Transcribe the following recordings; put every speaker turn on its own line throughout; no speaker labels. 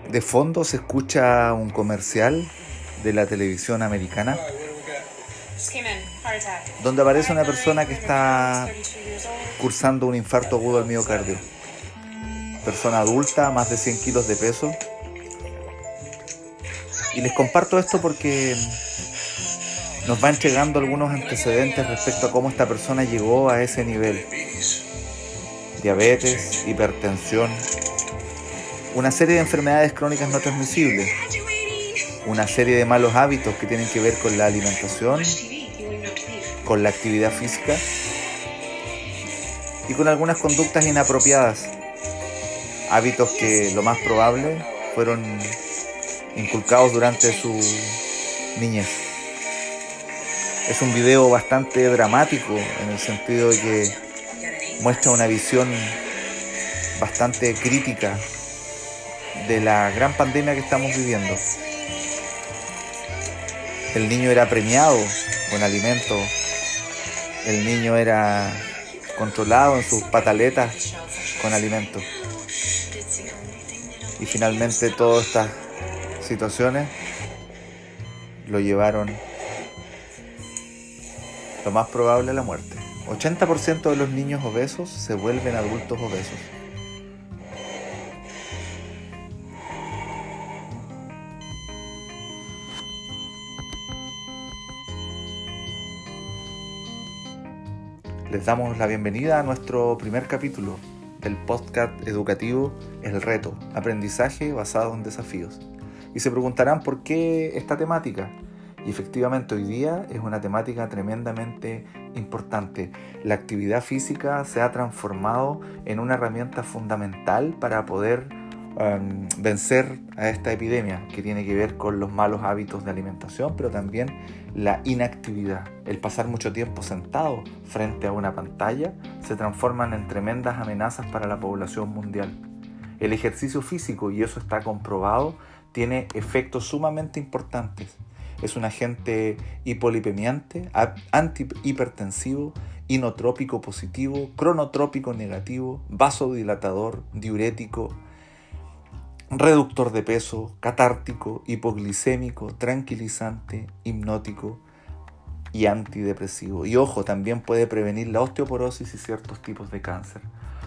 De fondo se escucha un comercial de la televisión americana donde aparece una persona que está cursando un infarto agudo al miocardio. Persona adulta, más de 100 kilos de peso. Y les comparto esto porque nos va entregando algunos antecedentes respecto a cómo esta persona llegó a ese nivel. Diabetes, hipertensión, una serie de enfermedades crónicas no transmisibles, una serie de malos hábitos que tienen que ver con la alimentación, con la actividad física y con algunas conductas inapropiadas, hábitos que lo más probable fueron inculcados durante su niñez. Es un video bastante dramático en el sentido de que muestra una visión bastante crítica de la gran pandemia que estamos viviendo. El niño era premiado con alimentos, el niño era controlado en sus pataletas con alimentos. Y finalmente todas estas situaciones lo llevaron, lo más probable, a la muerte. 80% de los niños obesos se vuelven adultos obesos. Les damos la bienvenida a nuestro primer capítulo del podcast educativo El Reto, aprendizaje basado en desafíos. Y se preguntarán por qué esta temática. Y efectivamente hoy día es una temática tremendamente importante. La actividad física se ha transformado en una herramienta fundamental para poder vencer a esta epidemia que tiene que ver con los malos hábitos de alimentación, pero también la inactividad. El pasar mucho tiempo sentado frente a una pantalla se transforman en tremendas amenazas para la población mundial. El ejercicio físico, y eso está comprobado, tiene efectos sumamente importantes. Es un agente hipolipemiante, antihipertensivo, inotrópico positivo, cronotrópico negativo, vasodilatador, diurético, reductor de peso, catártico, hipoglicémico, tranquilizante, hipnótico y antidepresivo. Y ojo, también puede prevenir la osteoporosis y ciertos tipos de cáncer.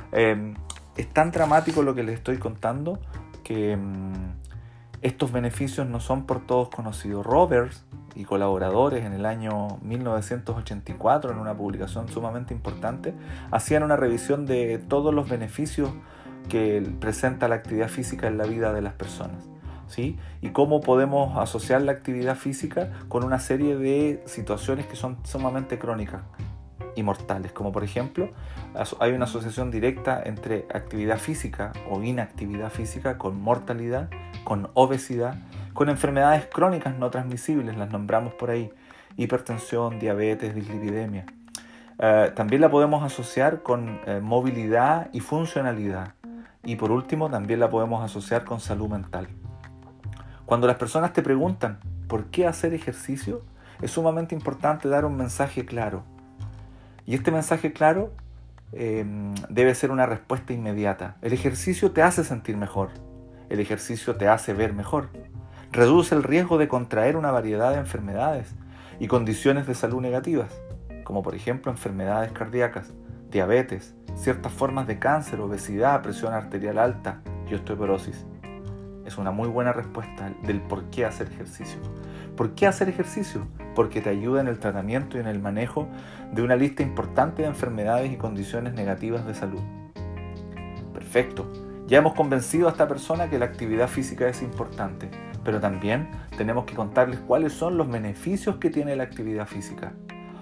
Es tan dramático lo que les estoy contando que estos beneficios no son por todos conocidos. Roberts y colaboradores en el año 1984, en una publicación sumamente importante, hacían una revisión de todos los beneficios que presenta la actividad física en la vida de las personas, ¿sí? Y cómo podemos asociar la actividad física con una serie de situaciones que son sumamente crónicas y mortales, como por ejemplo, hay una asociación directa entre actividad física o inactividad física con mortalidad, con obesidad, con enfermedades crónicas no transmisibles, las nombramos por ahí, hipertensión, diabetes, dislipidemia. También la podemos asociar con movilidad y funcionalidad. Y por último, también la podemos asociar con salud mental. Cuando las personas te preguntan ¿por qué hacer ejercicio?, es sumamente importante dar un mensaje claro. Y este mensaje claro debe ser una respuesta inmediata. El ejercicio te hace sentir mejor. El ejercicio te hace ver mejor. Reduce el riesgo de contraer una variedad de enfermedades y condiciones de salud negativas, como por ejemplo enfermedades cardíacas, diabetes, ciertas formas de cáncer, obesidad, presión arterial alta y osteoporosis. Es una muy buena respuesta del por qué hacer ejercicio. ¿Por qué hacer ejercicio? Porque te ayuda en el tratamiento y en el manejo de una lista importante de enfermedades y condiciones negativas de salud. Perfecto. Ya hemos convencido a esta persona que la actividad física es importante, pero también tenemos que contarles cuáles son los beneficios que tiene la actividad física.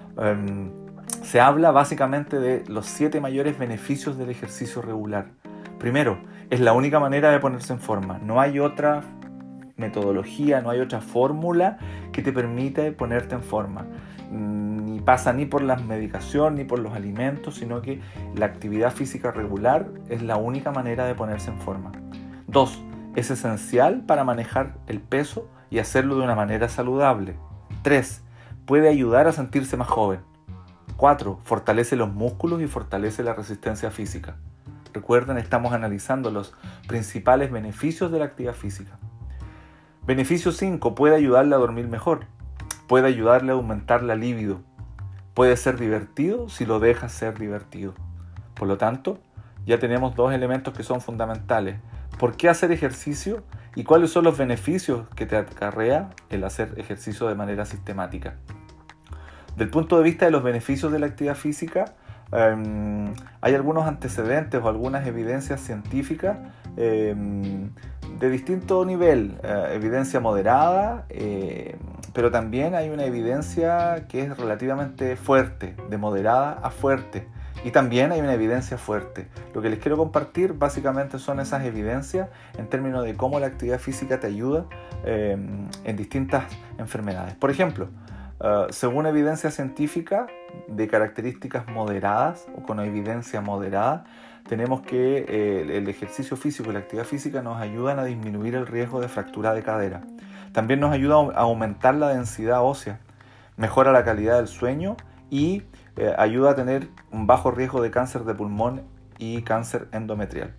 Se habla básicamente de los 7 mayores beneficios del ejercicio regular. Primero, es la única manera de ponerse en forma. No hay otra metodología, no hay otra fórmula que te permite ponerte en forma. Ni pasa ni por la medicación ni por los alimentos, sino que la actividad física regular es la única manera de ponerse en forma. 2. Es esencial para manejar el peso y hacerlo de una manera saludable. 3. Puede ayudar a sentirse más joven. 4. Fortalece los músculos y fortalece la resistencia física. Recuerden, estamos analizando los principales beneficios de la actividad física. Beneficio 5, puede ayudarle a dormir mejor, puede ayudarle a aumentar la libido, puede ser divertido si lo dejas ser divertido. Por lo tanto, ya tenemos dos elementos que son fundamentales. ¿Por qué hacer ejercicio? ¿Y cuáles son los beneficios que te acarrea el hacer ejercicio de manera sistemática? Del punto de vista de los beneficios de la actividad física, hay algunos antecedentes o algunas evidencias científicas de distinto nivel, evidencia moderada, pero también hay una evidencia que es relativamente fuerte, de moderada a fuerte, y también hay una evidencia fuerte. Lo que les quiero compartir básicamente son esas evidencias en términos de cómo la actividad física te ayuda en distintas enfermedades. Por ejemplo, según evidencia científica de características moderadas o con evidencia moderada, tenemos que el ejercicio físico y la actividad física nos ayudan a disminuir el riesgo de fractura de cadera. También nos ayuda a aumentar la densidad ósea, mejora la calidad del sueño y ayuda a tener un bajo riesgo de cáncer de pulmón y cáncer endometrial.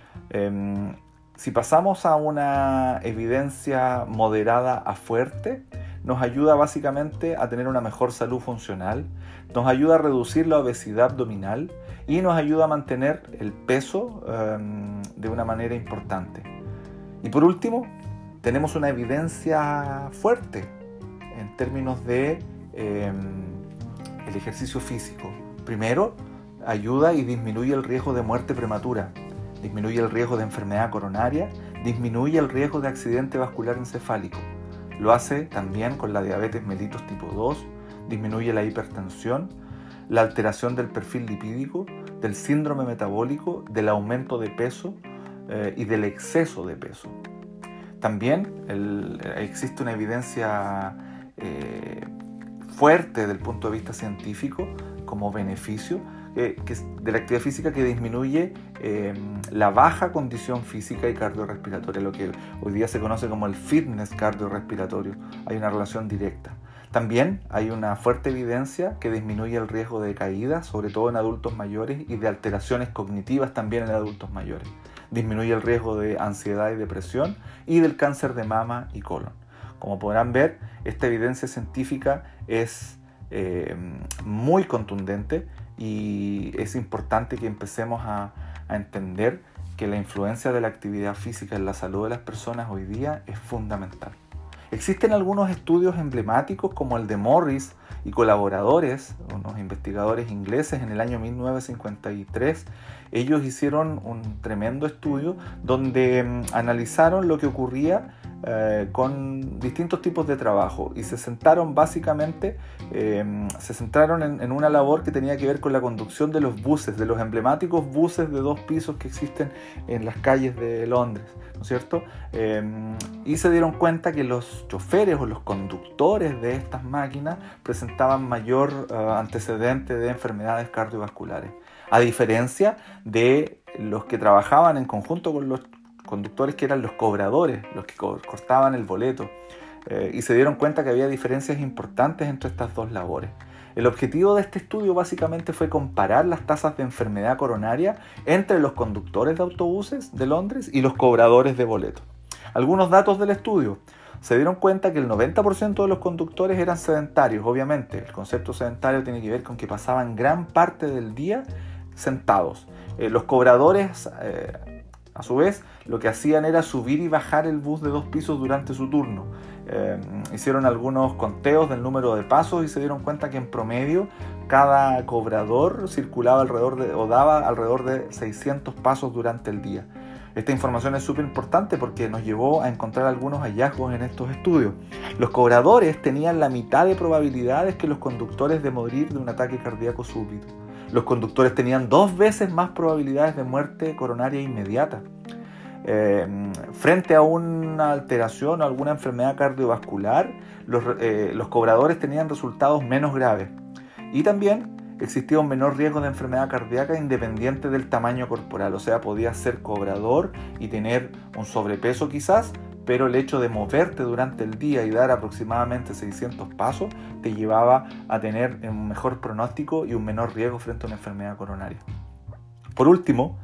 Si pasamos a una evidencia moderada a fuerte, nos ayuda básicamente a tener una mejor salud funcional, nos ayuda a reducir la obesidad abdominal y nos ayuda a mantener el peso de una manera importante. Y por último, tenemos una evidencia fuerte en términos de el ejercicio físico. Primero, ayuda y disminuye el riesgo de muerte prematura, disminuye el riesgo de enfermedad coronaria, disminuye el riesgo de accidente vascular encefálico. Lo hace también con la diabetes mellitus tipo 2, disminuye la hipertensión, la alteración del perfil lipídico, del síndrome metabólico, del aumento de peso y del exceso de peso. También existe una evidencia fuerte desde el punto de vista científico como beneficio de la actividad física que disminuye la baja condición física y cardiorrespiratoria, lo que hoy día se conoce como el fitness cardiorrespiratorio. Hay una relación directa. También hay una fuerte evidencia que disminuye el riesgo de caídas, sobre todo en adultos mayores, y de alteraciones cognitivas también en adultos mayores. Disminuye el riesgo de ansiedad y depresión y del cáncer de mama y colon. Como podrán ver, esta evidencia científica es muy contundente y es importante que empecemos a entender que la influencia de la actividad física en la salud de las personas hoy día es fundamental. Existen algunos estudios emblemáticos como el de Morris y colaboradores, unos investigadores ingleses en el año 1953. Ellos hicieron un tremendo estudio donde analizaron lo que ocurría con distintos tipos de trabajo y se centraron en una labor que tenía que ver con la conducción de los buses, de los emblemáticos buses de 2 pisos que existen en las calles de Londres, ¿no es cierto? Y se dieron cuenta que los choferes o los conductores de estas máquinas presentaban mayor antecedente de enfermedades cardiovasculares, a diferencia de los que trabajaban en conjunto con los conductores, que eran los cobradores, los que cortaban el boleto, y se dieron cuenta que había diferencias importantes entre estas dos labores. El objetivo de este estudio básicamente fue comparar las tasas de enfermedad coronaria entre los conductores de autobuses de Londres y los cobradores de boletos. Algunos datos del estudio. Se dieron cuenta que el 90% de los conductores eran sedentarios. Obviamente, el concepto sedentario tiene que ver con que pasaban gran parte del día sentados. Los cobradores, a su vez, lo que hacían era subir y bajar el bus de 2 pisos durante su turno. Hicieron algunos conteos del número de pasos y se dieron cuenta que en promedio cada cobrador circulaba daba alrededor de 600 pasos durante el día. Esta información es súper importante porque nos llevó a encontrar algunos hallazgos en estos estudios. Los cobradores tenían la mitad de probabilidades que los conductores de morir de un ataque cardíaco súbito. Los conductores tenían 2 veces más probabilidades de muerte coronaria inmediata. Frente a una alteración o alguna enfermedad cardiovascular, los cobradores tenían resultados menos graves. Y también existía un menor riesgo de enfermedad cardíaca independiente del tamaño corporal. O sea, podías ser cobrador y tener un sobrepeso quizás, pero el hecho de moverte durante el día y dar aproximadamente 600 pasos te llevaba a tener un mejor pronóstico y un menor riesgo frente a una enfermedad coronaria. Por último,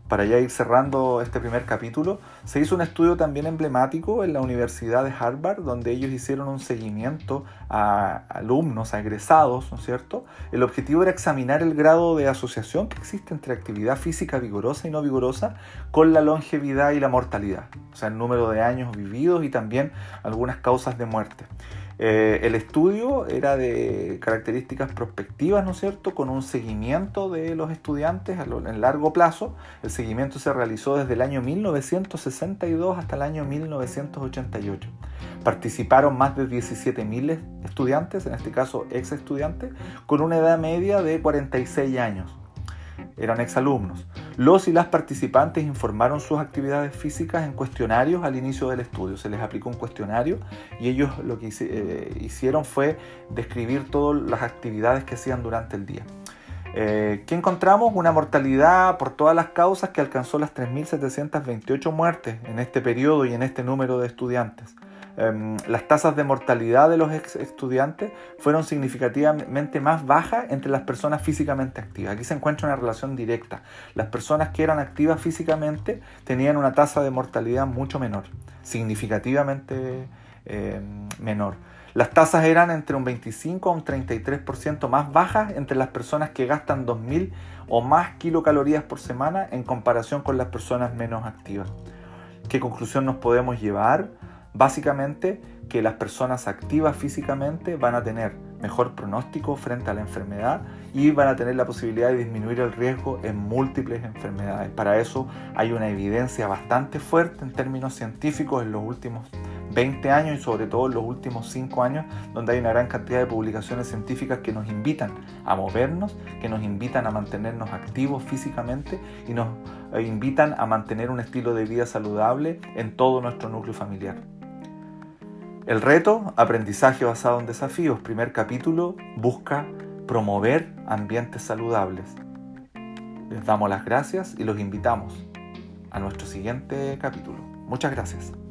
para ya ir cerrando este primer capítulo, se hizo un estudio también emblemático en la Universidad de Harvard, donde ellos hicieron un seguimiento a alumnos, a egresados, ¿no es cierto? El objetivo era examinar el grado de asociación que existe entre actividad física vigorosa y no vigorosa con la longevidad y la mortalidad, o sea, el número de años vividos y también algunas causas de muerte. El estudio era de características prospectivas, ¿no es cierto?, con un seguimiento de los estudiantes en largo plazo. El seguimiento se realizó desde el año 1962 hasta el año 1988. Participaron más de 17.000 estudiantes, en este caso ex estudiantes, con una edad media de 46 años. Eran exalumnos. Los y las participantes informaron sus actividades físicas en cuestionarios al inicio del estudio. Se les aplicó un cuestionario y ellos lo que hicieron fue describir todas las actividades que hacían durante el día. ¿Qué encontramos? Una mortalidad por todas las causas que alcanzó las 3.728 muertes en este periodo y en este número de estudiantes. Las tasas de mortalidad de los ex estudiantes fueron significativamente más bajas entre las personas físicamente activas. Aquí se encuentra una relación directa. Las personas que eran activas físicamente tenían una tasa de mortalidad mucho menor, significativamente menor. Las tasas eran entre un 25 a un 33% más bajas entre las personas que gastan 2.000 o más kilocalorías por semana en comparación con las personas menos activas. ¿Qué conclusión nos podemos llevar? Básicamente que las personas activas físicamente van a tener mejor pronóstico frente a la enfermedad y van a tener la posibilidad de disminuir el riesgo en múltiples enfermedades. Para eso hay una evidencia bastante fuerte en términos científicos en los últimos 20 años y sobre todo en los últimos 5 años, donde hay una gran cantidad de publicaciones científicas que nos invitan a movernos, que nos invitan a mantenernos activos físicamente y nos invitan a mantener un estilo de vida saludable en todo nuestro núcleo familiar. El reto, aprendizaje basado en desafíos, primer capítulo, busca promover ambientes saludables. Les damos las gracias y los invitamos a nuestro siguiente capítulo. Muchas gracias.